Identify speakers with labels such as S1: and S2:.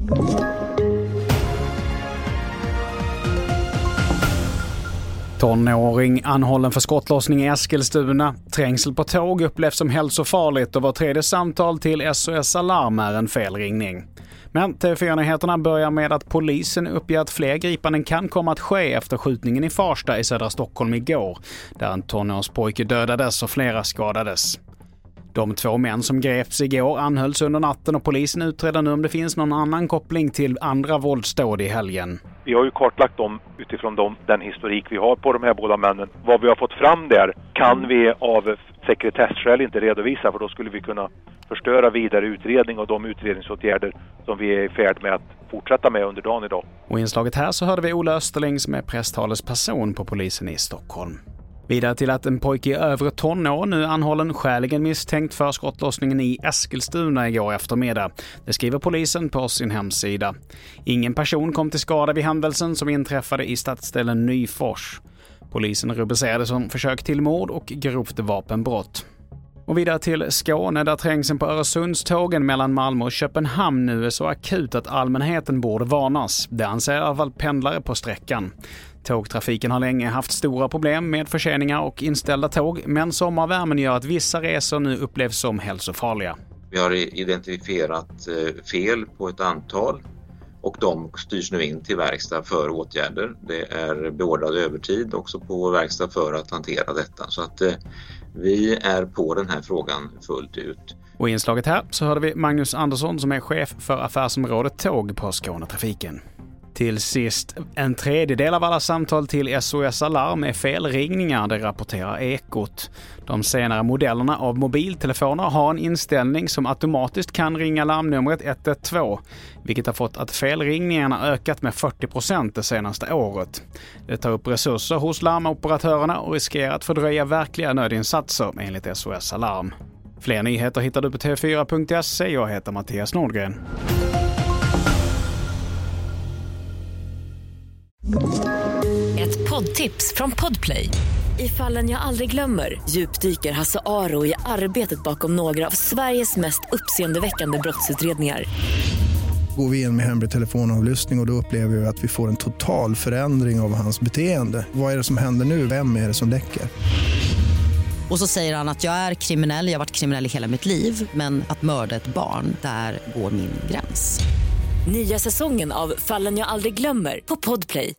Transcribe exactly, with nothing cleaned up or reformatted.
S1: Tonåring anhållen för skottlossning i Eskilstuna. Trängsel på tåg upplevs som hälsofarligt och var tredje samtal till S O S Alarm är en felringning. Men T V fyra-nyheterna börjar med att polisen uppger att fler gripanden kan komma att ske efter skjutningen i Farsta i södra Stockholm igår, där en tonårspojke dödades och flera skadades. De två män som greps igår anhölls under natten och polisen utreder nu om det finns någon annan koppling till andra våldsdåd i helgen.
S2: Vi har ju kartlagt dem utifrån dem, den historik vi har på de här båda männen. Vad vi har fått fram där kan vi av sekretesskäl inte redovisa, för då skulle vi kunna förstöra vidare utredning och de utredningsåtgärder som vi är i färd med att fortsätta med under dagen idag.
S1: Och i inslaget här så hörde vi Ola Österling som är presstalesperson på polisen i Stockholm. Vidare till att en pojke i övre tonår nu anhållen skäligen misstänkt för skottlossningen i Eskilstuna igår eftermiddag. Det skriver polisen på sin hemsida. Ingen person kom till skada vid händelsen som inträffade i stadsdelen Nyfors. Polisen rubricerade som försök till mord och grovt vapenbrott. Och vidare till Skåne där trängseln på Öresundstågen mellan Malmö och Köpenhamn nu är så akut att allmänheten borde varnas. Det anser i alla fall pendlare på sträckan. Tågtrafiken har länge haft stora problem med förseningar och inställda tåg, men sommarvärmen gör att vissa resor nu upplevs som hälsofarliga.
S3: Vi har identifierat fel på ett antal och de styrs nu in till verkstad för åtgärder. Det är beordrad övertid också på verkstad för att hantera detta. Så att vi är på den här frågan fullt ut.
S1: Och i inslaget här så hörde vi Magnus Andersson som är chef för affärsområdet Tåg på Skånetrafiken. Till sist, en tredjedel av alla samtal till S O S Alarm är felringningar, det rapporterar Ekot. De senare modellerna av mobiltelefoner har en inställning som automatiskt kan ringa larmnumret ett ett två, vilket har fått att felringningarna ökat med fyrtio procent det senaste året. Det tar upp resurser hos larmoperatörerna och riskerar att fördröja verkliga nödinsatser enligt S O S Alarm. Fler nyheter hittar du på T V fyra punkt se. Jag heter Mattias Nordgren.
S4: Ett poddtips från Podplay. I Fallen jag aldrig glömmer djupdyker Hasse Aro i arbetet bakom några av Sveriges mest uppseendeväckande brottsutredningar.
S5: Går vi in med hemlig telefonavlyssning och då upplever vi att vi får en total förändring av hans beteende. Vad är det som händer nu? Vem är det som läcker?
S6: Och så säger han att jag är kriminell, jag har varit kriminell i hela mitt liv, men att mörda ett barn, där går min gräns.
S4: Nya säsongen av Fallen jag aldrig glömmer på Podplay.